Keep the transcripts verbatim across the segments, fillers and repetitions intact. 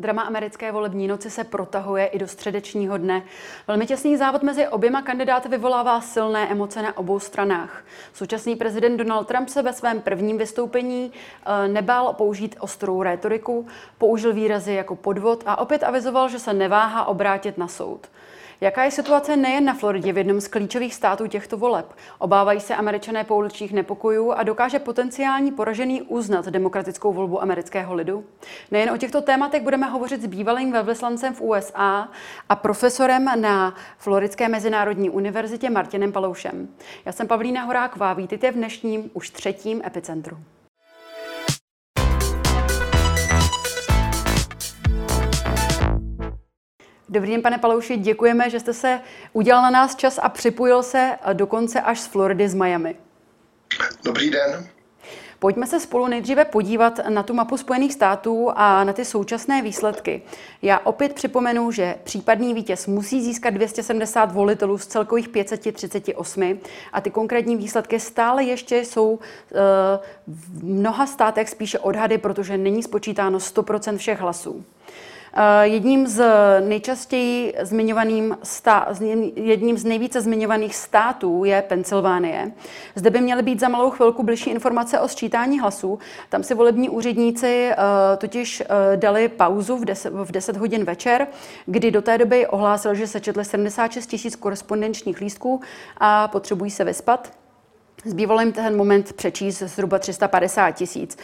Drama americké volební noci se protahuje i do středečního dne. Velmi těsný závod mezi oběma kandidáty vyvolává silné emoce na obou stranách. Současný prezident Donald Trump se ve svém prvním vystoupení nebál použít ostrou rétoriku, použil výrazy jako podvod a opět avizoval, že se neváhá obrátit na soud. Jaká je situace nejen na Floridě, v jednom z klíčových států těchto voleb? Obávají se Američané pouličních nepokojů a dokáže potenciální poražený uznat demokratickou volbu amerického lidu? Nejen o těchto tématech budeme hovořit s bývalým velvyslancem v U S A a profesorem na Floridské mezinárodní univerzitě Martinem Paloušem. Já jsem Pavlína Horáková, vítejte v dnešním už třetím epicentru. Dobrý den, pane Palouši, děkujeme, že jste se udělal na nás čas a připojil se dokonce až z Floridy z Miami. Dobrý den. Pojďme se spolu nejdříve podívat na tu mapu Spojených států a na ty současné výsledky. Já opět připomenu, že případný vítěz musí získat dvě stě sedmdesát volitelů z celkových pět set třicet osm a ty konkrétní výsledky stále ještě jsou v mnoha státech spíše odhady, protože není spočítáno sto procent všech hlasů. Jedním z nejčastěji zmiňovaným stá, jedním z nejvíce zmiňovaných států je Pensylvánie. Zde by měly být za malou chvilku bližší informace o sčítání hlasů. Tam si volební úředníci totiž dali pauzu v deset, v deset hodin večer, kdy do té doby ohlásil, že sečetli sedmdesát šest tisíc korespondenčních lístků a potřebují se vyspat. Zbývalo jim ten moment přečíst zhruba tři sta padesát tisíc.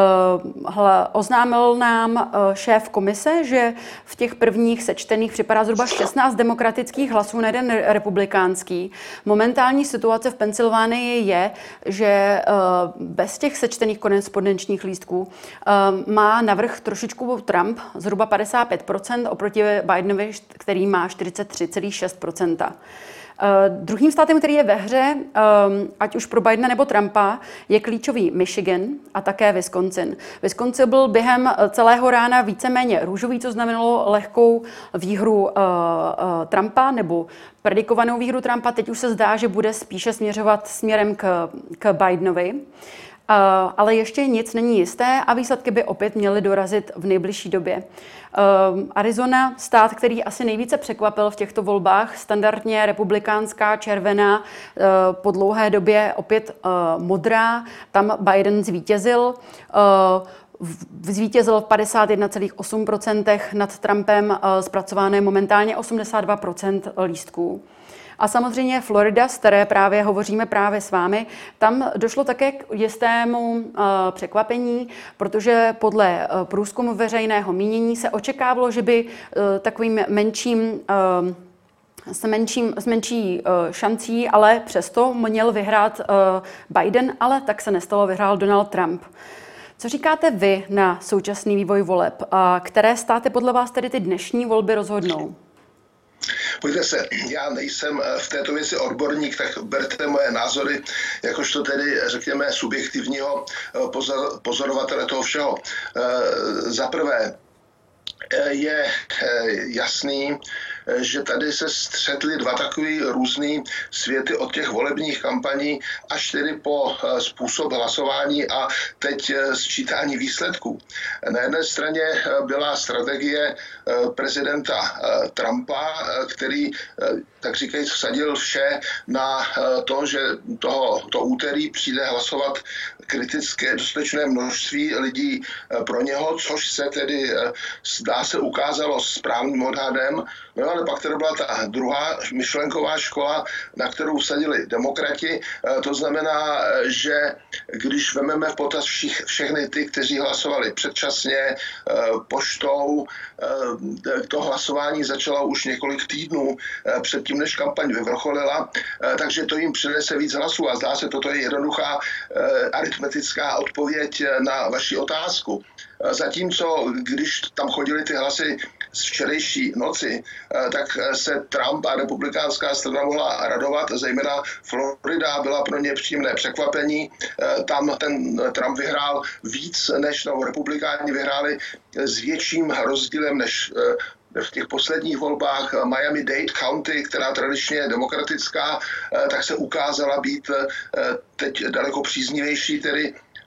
Oznámil nám šéf komise, že v těch prvních sečtených připadá zhruba šestnáct demokratických hlasů na jeden republikánský. Momentální situace v Pensylvánii je, že bez těch sečtených korespondenčních lístků má navrch trošičku Trump, zhruba padesát pět procent oproti Bidenovi, který má čtyřicet tři celá šest procenta. Uh, druhým státem, který je ve hře, um, ať už pro Bidena nebo Trumpa, je klíčový Michigan a také Wisconsin. Wisconsin byl během celého rána víceméně růžový, co znamenalo lehkou výhru uh, uh, Trumpa nebo predikovanou výhru Trumpa. Teď už se zdá, že bude spíše směřovat směrem k, k Bidenovi. Uh, ale ještě nic není jisté a výsledky by opět měly dorazit v nejbližší době. Uh, Arizona, stát, který asi nejvíce překvapil v těchto volbách, standardně republikánská, červená, uh, po dlouhé době opět uh, modrá, tam Biden zvítězil. Uh, Zvítězil v padesát jedna celá osm procent nad Trumpem, uh, zpracováno je momentálně osmdesát dva procent lístků. A samozřejmě Florida, z které právě hovoříme právě s vámi, tam došlo také k jistému uh, překvapení, protože podle uh, průzkumu veřejného mínění se očekávalo, že by uh, takovým menším uh, s, menším, s menší uh, šancí, ale přesto měl vyhrát uh, Biden, ale tak se nestalo, vyhrál Donald Trump. Co říkáte vy na současný vývoj voleb? A které státy podle vás tedy ty dnešní volby rozhodnou? Pojďte se, já nejsem v této věci odborník, tak berte moje názory jakožto tedy, řekněme, subjektivního pozor, pozorovatele toho všeho. Za prvé je jasný, že tady se střetly dva takový různý světy od těch volebních kampaní až tedy po způsob hlasování a teď sčítání výsledků. Na jedné straně byla strategie prezidenta Trumpa, který, tak říkajíc, vsadil vše na to, že toho, to úterý přijde hlasovat kritické dostatečné množství lidí pro něho, což se tedy zdá se ukázalo správným odhadem. No ale pak tady byla ta druhá myšlenková škola, na kterou vsadili demokrati. To znamená, že když vezmeme v potaz všich, všechny ty, kteří hlasovali předčasně, poštou, to hlasování začalo už několik týdnů předtím, než kampaň vyvrcholila, takže to jim přinese víc hlasů a zdá se, toto je jednoduchá aritmetická odpověď na vaši otázku. Zatímco, když tam chodili ty hlasy z včerejší noci, tak se Trump a republikánská strana mohla radovat, zejména Florida byla pro ně příjemné překvapení. Tam ten Trump vyhrál víc, než no, republikáni vyhráli s větším rozdílem než v těch posledních volbách. Miami-Dade County, která tradičně je demokratická, tak se ukázala být teď daleko příznivější tedy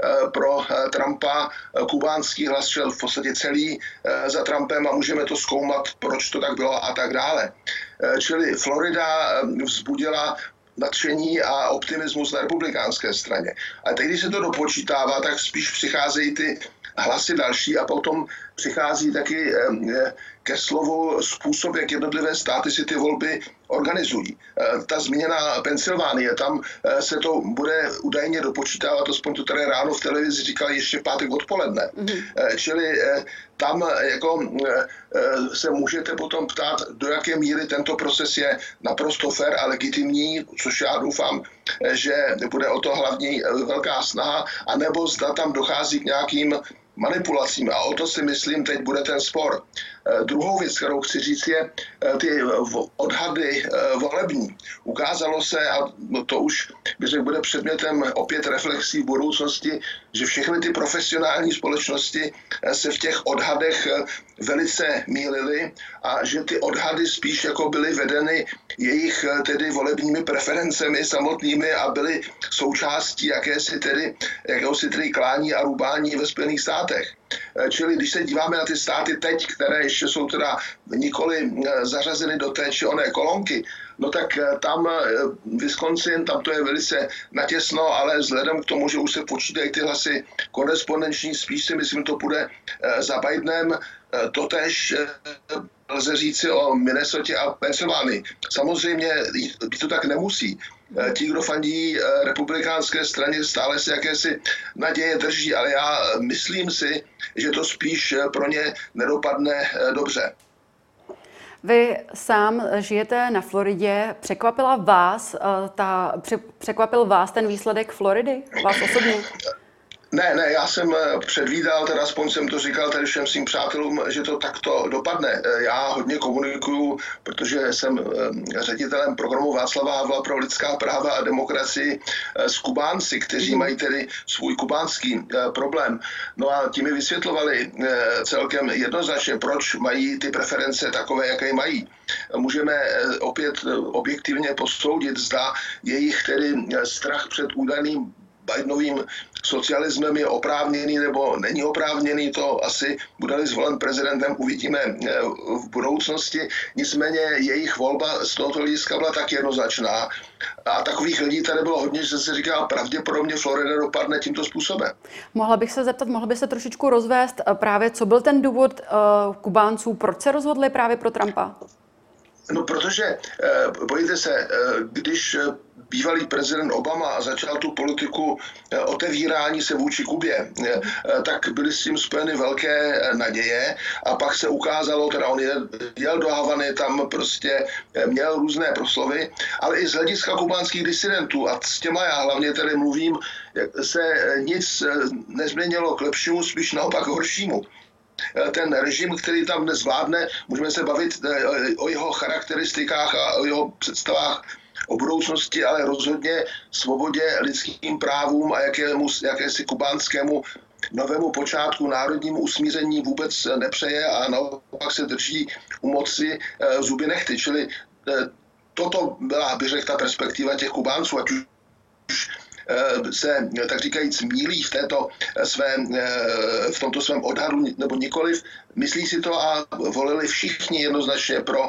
pro Trumpa, kubánský hlas šel v podstatě celý za Trumpem a můžeme to zkoumat, proč to tak bylo a tak dále. Čili Florida vzbudila nadšení a optimismus na republikánské straně. A teď, když se to dopočítává, tak spíš přicházejí ty hlasy další a potom přichází taky ke slovu způsob, jak jednotlivé státy si ty volby organizují. Ta zmíněná Pensylvánie, tam se to bude údajně dopočítávat, aspoň to tady ráno v televizi říkali ještě v pátek odpoledne. Mm-hmm. Čili tam jako se můžete potom ptát, do jaké míry tento proces je naprosto fair a legitimní, což já doufám, že bude o to hlavní velká snaha, anebo zda tam dochází k nějakým manipulacím. A o to si myslím, teď bude ten spor. Druhou věc, kterou chci říct, je ty odhady volební. Ukázalo se, a to už bych řekl, bude předmětem opět reflexí v budoucnosti, že všechny ty profesionální společnosti se v těch odhadech velice mýlily a že ty odhady spíš jako byly vedeny jejich tedy volebními preferencemi samotnými a byly součástí jakési tedy, jakéhosi tedy klání a rubání ve Spojených státech. Čili když se díváme na ty státy teď, které ještě jsou teda nikoli zařazeny do té či oné kolonky, no tak tam Wisconsin, tam to je velice natěsno, ale vzhledem k tomu, že už se počítají ty hlasy korespondenční, spíš si myslím, to půjde za Bidenem. Totéž lze říci o Minnesotě a Pensylvánii. Samozřejmě to tak nemusí. Ti, kdo fandí republikánské straně, stále si jakési naděje drží, ale já myslím si, že to spíš pro ně nedopadne dobře. Vy sám žijete na Floridě. Překvapila vás ta, překvapil vás ten výsledek Floridy? Vás osobně? Ne, ne, já jsem předvídal, teda aspoň jsem to říkal tady všem svým přátelům, že to takto dopadne. Já hodně komunikuju, protože jsem ředitelem programu Václava Havla pro lidská práva a demokracii s Kubánci, kteří mají tedy svůj kubánský problém. No a ti mi vysvětlovali celkem jednoznačně, proč mají ty preference takové, jaké mají. Můžeme opět objektivně posoudit, zda jejich tedy strach před údajným Bidenovým socialismem je oprávněný nebo není oprávněný, to asi bude-li zvolen prezidentem, uvidíme v budoucnosti. Nicméně jejich volba z tohoto hlediska byla tak jednoznačná a takových lidí tady bylo hodně, že se říká, pravděpodobně Florida dopadne tímto způsobem. Mohla bych se zeptat, mohla by se trošičku rozvést právě, co byl ten důvod uh, Kubánců, proč se rozhodli právě pro Trumpa? No, protože, pojďte se, když bývalý prezident Obama začal tu politiku otevírání se vůči Kubě, tak byly s tím spojeny velké naděje a pak se ukázalo, teda on jel do Havany, tam prostě měl různé proslovy, ale i z hlediska kubánských disidentů, a s těma já hlavně tady mluvím, se nic nezměnilo k lepšímu, spíš naopak horšímu. Ten režim, který tam dnes vládne, můžeme se bavit o jeho charakteristikách a o jeho představách o budoucnosti, ale rozhodně svobodě, lidským právům a jakému, jakési kubánskému novému počátku, národnímu usmíření vůbec nepřeje a naopak se drží u moci zuby nehty. Čili toto byla, bych řekl, ta perspektiva těch Kubánců, ať už se, tak říkajíc, mílí v, této své, v tomto svém odhadu nebo nikoliv. Myslí si to a volili všichni jednoznačně pro,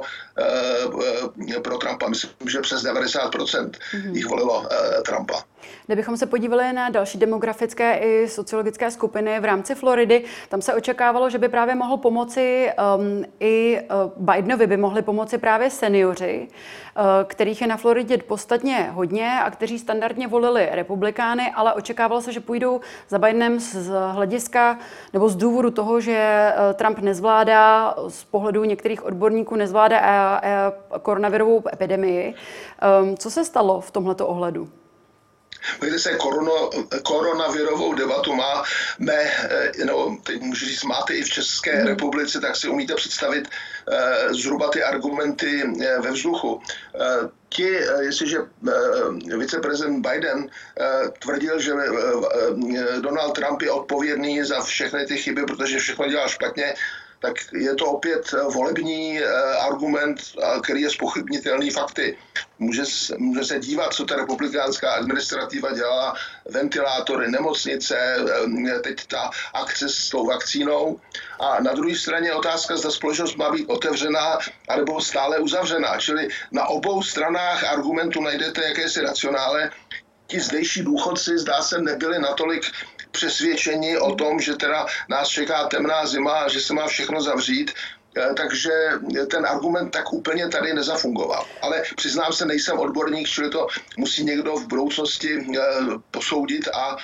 pro Trumpa. Myslím, že přes devadesát procent jich volilo Trumpa. Kdybychom se podívali na další demografické i sociologické skupiny v rámci Floridy, tam se očekávalo, že by právě mohl pomoci um, i uh, Bidenovi by mohli pomoci právě seniori, uh, kterých je na Floridě podstatně hodně a kteří standardně volili republikány, ale očekávalo se, že půjdou za Bidenem z hlediska nebo z důvodu toho, že uh, Trump nezvládá, z pohledu některých odborníků nezvládá a, a koronavirovou epidemii. Um, co se stalo v tomhleto ohledu? Když se korono, koronavirovou debatu máme, no, teď můžu říct, máte i v České hmm. republice, tak si umíte představit uh, zhruba ty argumenty uh, ve vzduchu. Uh, ti, uh, jestliže uh, viceprezident Biden uh, tvrdil, že uh, uh, Donald Trump je odpovědný za všechny ty chyby, protože všechno dělal špatně, tak je to opět volební argument, který je zpochybnitelný fakty. Může, může se dívat, co ta republikánská administrativa dělala, ventilátory, nemocnice, teď ta akce s tou vakcínou. A na druhé straně je otázka, zda společnost má být otevřená anebo stále uzavřená. Čili na obou stranách argumentu najdete jakési racionále. Ti zdejší důchodci, zdá se, nebyli natolik přesvědčeni o tom, že teda nás čeká temná zima a že se má všechno zavřít, takže ten argument tak úplně tady nezafungoval. Ale přiznám se, nejsem odborník, čili to musí někdo v budoucnosti posoudit a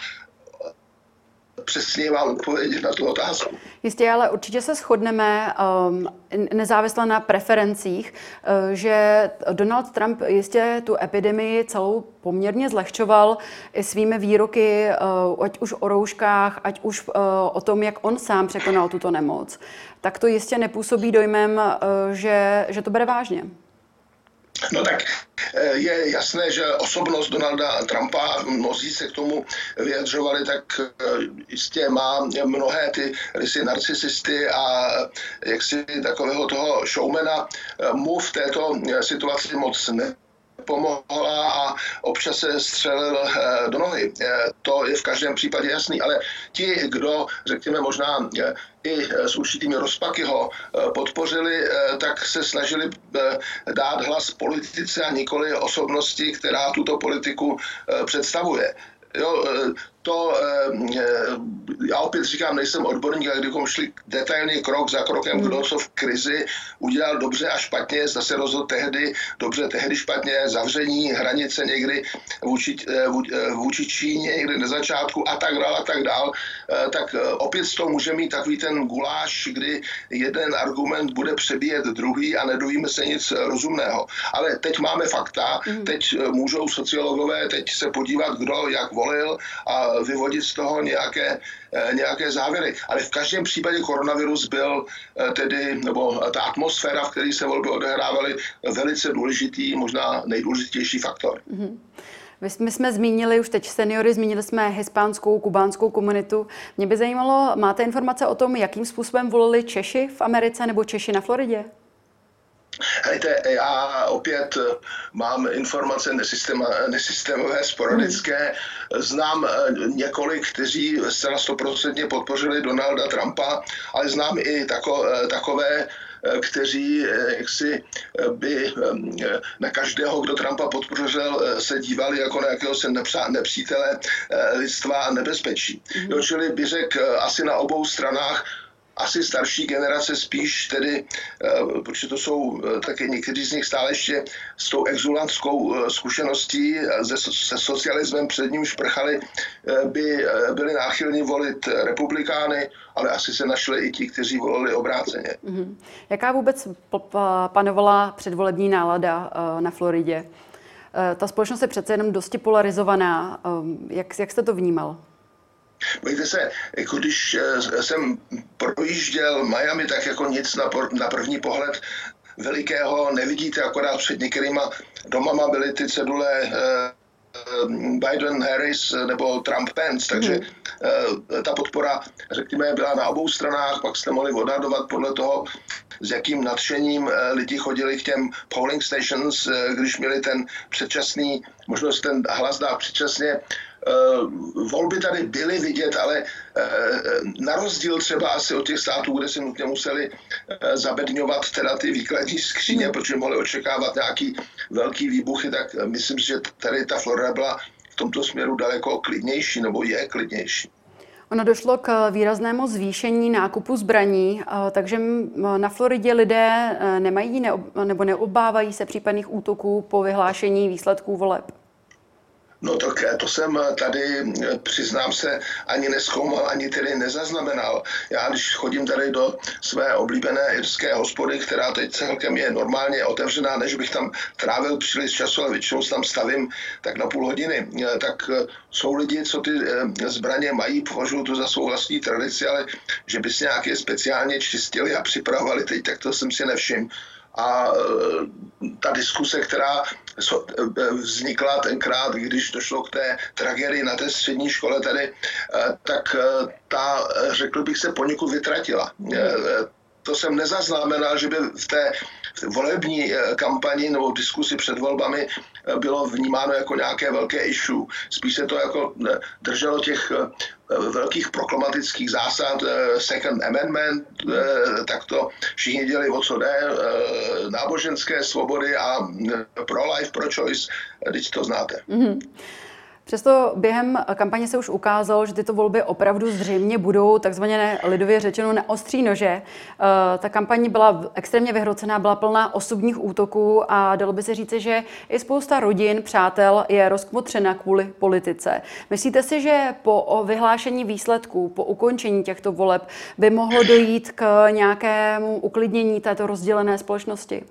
přesně vám odpovědět na tu otázku. Jistě, ale určitě se shodneme, um, nezávisle na preferencích, uh, že Donald Trump jistě tu epidemii celou poměrně zlehčoval i svými výroky, uh, ať už o rouškách, ať už uh, o tom, jak on sám překonal tuto nemoc. Tak to jistě nepůsobí dojmem, uh, že, že to bere vážně. No tak je jasné, že osobnost Donalda Trumpa, mnozí se k tomu vyjadřovali, tak jistě má mnohé ty rysy narcisisty a jaksi takového toho showmana. Mu v této situaci moc ne pomohla a občas se střelil do nohy. To je v každém případě jasný, ale ti, kdo, řekněme, možná i s určitými rozpaky ho podpořili, tak se snažili dát hlas politice a nikoli osobnosti, která tuto politiku představuje. Jo, to, já opět říkám, nejsem odborník, ale kdybychom šli detailně krok za krokem, kdo co v krizi udělal dobře a špatně, zda se rozhodl tehdy dobře, tehdy špatně, zavření hranice někdy vůči, vůči Číně, někdy na začátku a tak dál a tak dál, tak opět z toho může mít takový ten guláš, kdy jeden argument bude přebíjet druhý a nedovíme se nic rozumného. Ale teď máme fakta, teď můžou sociologové teď se podívat, kdo jak volil a vyvodit z toho nějaké, nějaké závěry. Ale v každém případě koronavirus byl tedy, nebo ta atmosféra, v které se volby odehrávaly, velice důležitý, možná nejdůležitější faktor. Mm-hmm. My jsme zmínili už teď seniory, zmínili jsme hispánskou, kubánskou komunitu. Mě by zajímalo, máte informace o tom, jakým způsobem volili Češi v Americe nebo Češi na Floridě? Hejte, já opět mám informace nesystémové, sporadické. Znám několik, kteří zcela stoprocentně podpořili Donalda Trumpa, ale znám i tako, takové, kteří jaksi by na každého, kdo Trumpa podpořil, se dívali jako na jakéhosi nepřítele lidstva a nebezpečí. Jo, čili bych řekl asi na obou stranách, asi starší generace spíš tedy, protože to jsou také někteří z nich stále ještě s tou exulantskou zkušeností se, se socialismem před ním šprchali, by byli náchylní volit republikány, ale asi se našli i ti, kteří volili obráceně. Mm-hmm. Jaká vůbec panovala předvolební nálada na Floridě? Ta společnost je přece jenom dosti polarizovaná. Jak, jak jste to vnímal? Víte se, jako když jsem projížděl Miami, tak jako nic na, na první pohled velikého nevidíte, akorát před některýma domama byly ty cedule Biden, Harris nebo Trump, Pence, takže mm. ta podpora, řekněme, byla na obou stranách, pak jste mohli odhadovat podle toho, s jakým nadšením lidi chodili k těm polling stations, když měli ten předčasný, možnost ten hlas dát předčasně. Volby tady byly vidět, ale na rozdíl třeba asi od těch států, kde se nutně museli zabedňovat teda ty výkladní skříně, mm. protože mohli očekávat nějaký velký výbuchy, tak myslím si, že tady ta Florida byla v tomto směru daleko klidnější, nebo je klidnější. Ono došlo k výraznému zvýšení nákupu zbraní, takže na Floridě lidé nemají nebo neobávají se případných útoků po vyhlášení výsledků voleb. No tak to jsem tady, přiznám se, ani nezkoumal, ani tedy nezaznamenal. Já když chodím tady do své oblíbené irské hospody, která teď celkem je normálně otevřená, než bych tam trávil příliš času, ale většinou tam stavím tak na půl hodiny, tak jsou lidi, co ty zbraně mají, považují to za svou vlastní tradici, ale že by si nějaké speciálně čistili a připravovali teď, tak to jsem si nevšiml. A ta diskuse, která vznikla tenkrát, když došlo k té tragédii na té střední škole tady, tak ta, řekl bych, se poněkud vytratila. to jsem nezaznamenal, že by v té volební kampani nebo diskusi před volbami bylo vnímáno jako nějaké velké issue. Spíš se to jako drželo těch velkých proklamatických zásad, Second Amendment, tak to všichni dělali, o co jde, náboženské svobody a pro-life, pro-choice, teď to znáte. Mm-hmm. Přesto během kampaně se už ukázalo, že tyto volby opravdu zřejmě budou takzvaně lidově řečeno na ostří nože. Ta kampaň byla extrémně vyhrocená, byla plná osobních útoků a dalo by se říci, že i spousta rodin, přátel je rozkmotřena kvůli politice. Myslíte si, že po vyhlášení výsledků, po ukončení těchto voleb by mohlo dojít k nějakému uklidnění této rozdělené společnosti?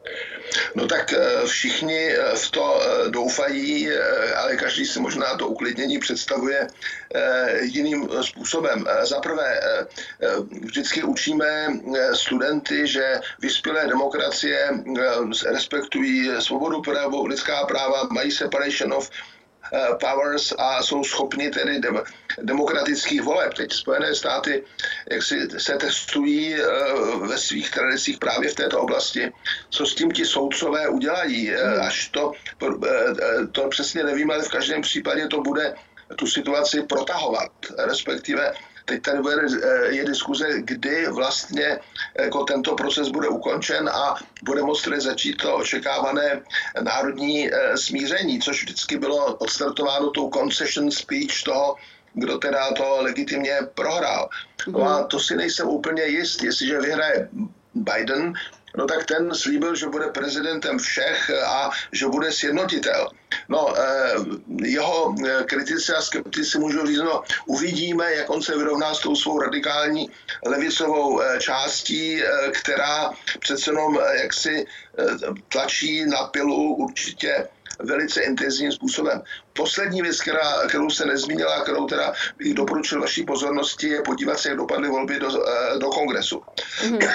No tak všichni v to doufají, ale každý si možná to uklidnění představuje jiným způsobem. Za prvé, vždycky učíme studenty, že vyspělé demokracie respektují svobodu projevu, lidská práva, mají separation of powers a jsou schopni tedy dem- demokratických voleb. Teď Spojené státy jak si se testují uh, ve svých tradicích právě v této oblasti. Co s tím ti soudcové udělají? Hmm. Až to, uh, to přesně nevím, ale v každém případě to bude tu situaci protahovat, respektive teď tady bude, je diskuze, kdy vlastně jako tento proces bude ukončen a bude moct začít to očekávané národní smíření, což vždycky bylo odstartováno tou concession speech toho, kdo teda to legitimně prohrál. No a to si nejsem úplně jist, jestliže vyhraje Biden, no tak ten slíbil, že bude prezidentem všech a že bude sjednotitel. No, jeho kritici a skeptici můžou říct, no, uvidíme, jak on se vyrovná s tou svou radikální levicovou částí, která přece jenom jaksi tlačí na pilu určitě velice intenzivním způsobem. Poslední věc, která, kterou se nezmínila, kterou teda bych doporučil vaší pozornosti, je podívat se, jak dopadly volby do, do kongresu. Mm-hmm.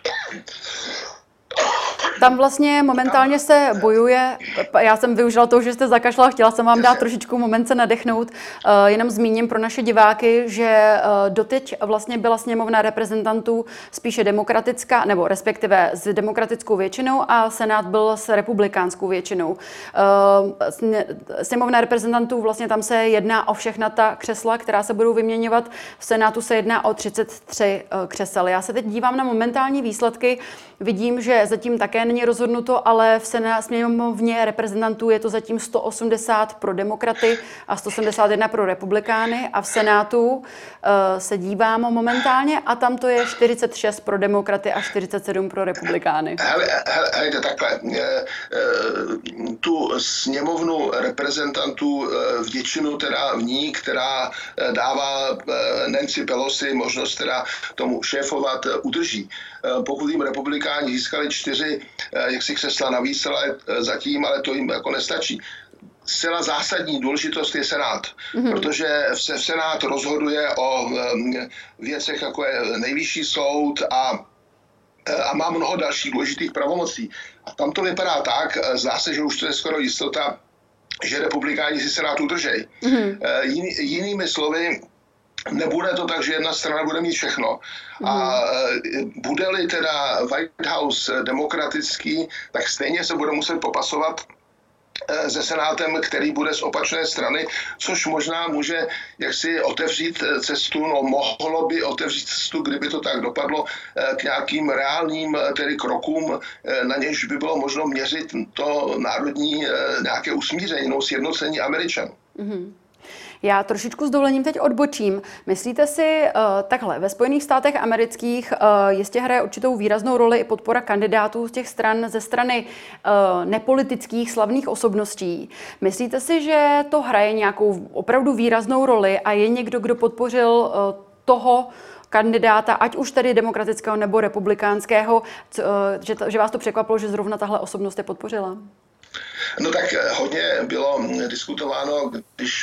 Tam vlastně momentálně se bojuje, já jsem využila toho, že jste zakašlala, chtěla jsem vám dát trošičku moment se nadechnout, jenom zmíním pro naše diváky, že doteď vlastně byla sněmovna reprezentantů spíše demokratická, nebo respektive s demokratickou většinou a Senát byl s republikánskou většinou. Sněmovna reprezentantů vlastně tam se jedná o všechna ta křesla, která se budou vyměňovat, v Senátu se jedná o třicet tři křesel. Já se teď dívám na momentální výsledky, vidím, že zatím také není rozhodnuto, ale v sněmovně reprezentantů je to zatím sto osmdesát pro demokraty a sto sedmdesát jedna pro republikány a v Senátu uh, se dívám momentálně a tam to je čtyřicet šest pro demokraty a čtyřicet sedm pro republikány. Hele, hele, hele takhle. Tu sněmovnu reprezentantů většinu teda v ní, která dává Nancy Pelosi možnost teda tomu šéfovat, udrží. Pokud jim republikáni získali čtyři jaksi křesla navíc, ale zatím, ale to jim jako nestačí. Zcela zásadní důležitost je Senát, mm-hmm. protože se Senát rozhoduje o věcech, jako je nejvyšší soud a, a má mnoho dalších důležitých pravomocí. A tam to vypadá tak, zdá se, že už to je skoro jistota, že republikáni si Senát udržejí. Mm-hmm. Jiný, jinými slovy, nebude to tak, že jedna strana bude mít všechno. Mm. A bude-li teda White House demokratický, tak stejně se bude muset popasovat se Senátem, který bude z opačné strany, což možná může jaksi otevřít cestu, no mohlo by otevřít cestu, kdyby to tak dopadlo, k nějakým reálním tedy krokům, na něž by bylo možno měřit to národní nějaké usmíření, no sjednocení Američanů. Mm. Já trošičku s dovolením teď odbočím. Myslíte si, uh, takhle, ve Spojených státech amerických uh, jistě hraje určitou výraznou roli i podpora kandidátů z těch stran ze strany uh, nepolitických slavných osobností. Myslíte si, že to hraje nějakou opravdu výraznou roli a je někdo, kdo podpořil uh, toho kandidáta, ať už tedy demokratického nebo republikánského, co, uh, že, to, že vás to překvapilo, že zrovna tahle osobnost je podpořila? No tak hodně bylo diskutováno, když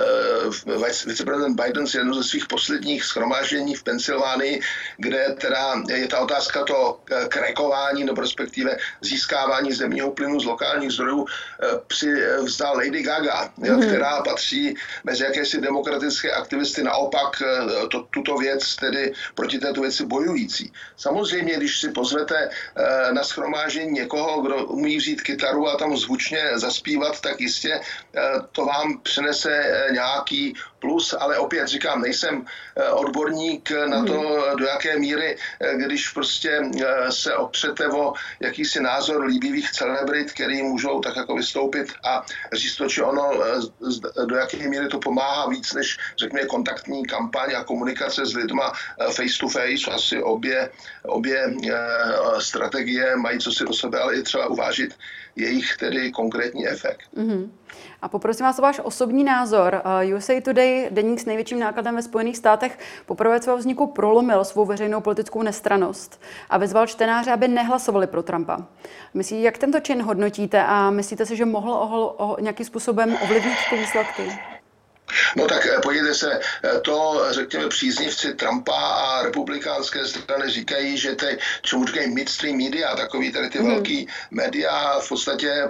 viceprezident Biden z jedno ze svých posledních shromáždění v Pensylvánii, kde teda je ta otázka to krekování nebo respektive získávání zemního plynu z lokálních zdrojů, přivzdal Lady Gaga, jo, mm. která patří mezi jakési demokratické aktivisty, naopak to, tuto věc, tedy proti této věci bojující. Samozřejmě, když si pozvete na shromáždění někoho, kdo umí vzít kytaru a tam zvučně zaspívat, tak jistě to vám přinese nějaký plus, ale opět říkám, nejsem odborník na to, do jaké míry, když prostě se opřete o jakýsi názor líbivých celebrit, který můžou tak jako vystoupit a říct to, či ono, do jaké míry to pomáhá víc, než řekněme kontaktní kampaň a komunikace s lidma face to face. Asi obě, obě strategie mají co si do sebe, ale i třeba uvážit jejich tedy konkrétní efekt. Mm-hmm. A poprosím vás o váš osobní názor. U S A Today, deník s největším nákladem ve Spojených státech, poprvé svého vzniku prolomil svou veřejnou politickou nestrannost a vyzval čtenáře, aby nehlasovali pro Trumpa. Myslí, jak tento čin hodnotíte a myslíte si, že mohl o, o, nějakým způsobem ovlivnit ty výsledky? No tak podívejte se, to řekněme příznivci Trumpa a republikánské strany říkají, že ty, čemu říkají midstream media, takový tady ty mm. velký média v podstatě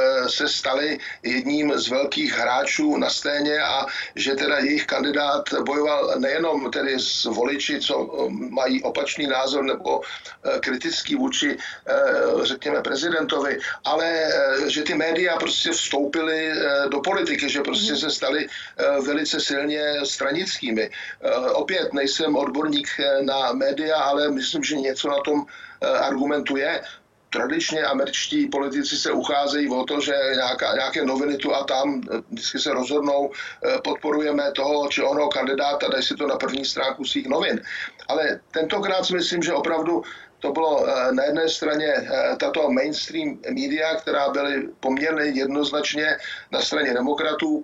se staly jedním z velkých hráčů na scéně a že teda jejich kandidát bojoval nejenom tedy s voliči, co mají opačný názor nebo kritický vůči, řekněme, prezidentovi, ale že ty média prostě vstoupily do politiky, že prostě mm. se staly velice silně stranickými. Opět nejsem odborník na média, ale myslím, že něco na tom argumentu je. Tradičně američtí politici se ucházejí o to, že nějaká, nějaké noviny tu a tam vždycky se rozhodnou, podporujeme toho či onoho kandidáta, dají si to na první stránku svých novin. Ale tentokrát si myslím, že opravdu to bylo na jedné straně tato mainstream media, která byly poměrně jednoznačně na straně demokratů,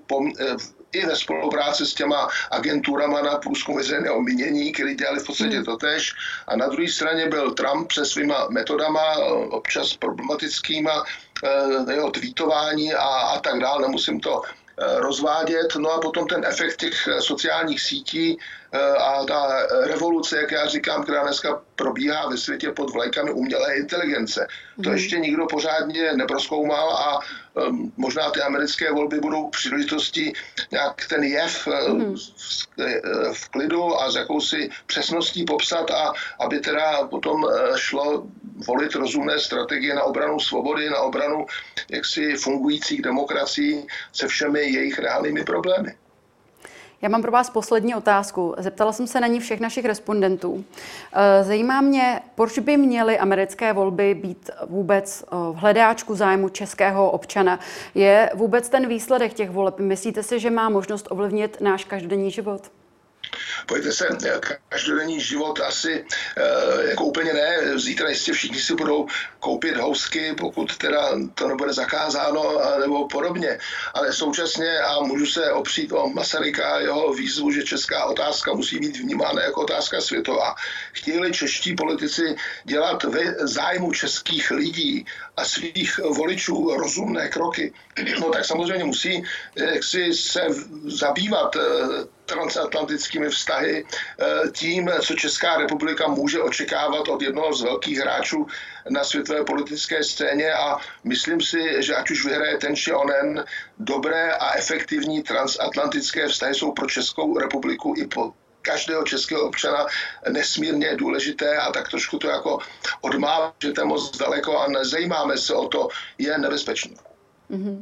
i ve spolupráci s těma agenturama na průzkum veřejného mínění, který dělali v podstatě hmm. totéž. A na druhé straně byl Trump se svýma metodama, občas problematickýma, jeho tweetování a, a tak dále, nemusím to rozvádět. No a potom ten efekt těch sociálních sítí a ta revoluce, jak já říkám, která dneska probíhá ve světě pod vlajkami umělé inteligence. To mm. ještě nikdo pořádně neprozkoumal a um, možná ty americké volby budou příležitostí nějak ten jev mm. v, v klidu a s jakousi přesností popsat a aby teda potom šlo volit rozumné strategie na obranu svobody, na obranu jaksi fungujících demokracií se všemi jejich reálnými problémy. Já mám pro vás poslední otázku. Zeptala jsem se na ní všech našich respondentů. Zajímá mě, proč by měly americké volby být vůbec v hledáčku zájmu českého občana. Je vůbec ten výsledek těch voleb? Myslíte si, že má možnost ovlivnit náš každodenní život? Pojďte se, každodenní život asi jako úplně ne. Zítra jistě všichni si budou koupit housky, pokud teda to nebude zakázáno nebo podobně. Ale současně, a můžu se opřít o Masaryka a jeho výzvu, že česká otázka musí být vnímána jako otázka světová. Chtěli čeští politici dělat ve zájmu českých lidí a svých voličů rozumné kroky, no tak samozřejmě musí jaksi se zabývat transatlantickými vztahy, tím, co Česká republika může očekávat od jednoho z velkých hráčů na světové politické scéně a myslím si, že ať už vyhraje ten či onen, dobré a efektivní transatlantické vztahy jsou pro Českou republiku i po každého českého občana nesmírně důležité a tak trošku to jako odmáváte moc daleko a nezajímáme se o to, je nebezpečný. Mm-hmm.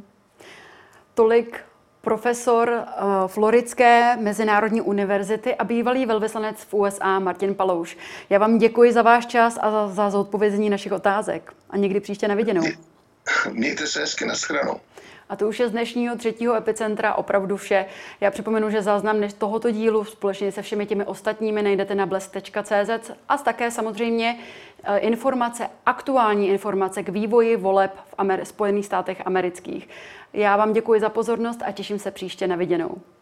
Tolik profesor uh, Floridské mezinárodní univerzity a bývalý velvyslanec v U S A Martin Palouš. Já vám děkuji za váš čas a za, za zodpovězení našich otázek. A někdy příště na viděnou. Mějte se hezky, nashledanou. A to už je z dnešního třetího Epicentra opravdu vše. Já připomenu, že záznam tohoto dílu společně se všemi těmi ostatními najdete na blesk tečka cé zet a také samozřejmě informace, aktuální informace k vývoji voleb v Amer- Spojených státech amerických. Já vám děkuji za pozornost a těším se příště na viděnou.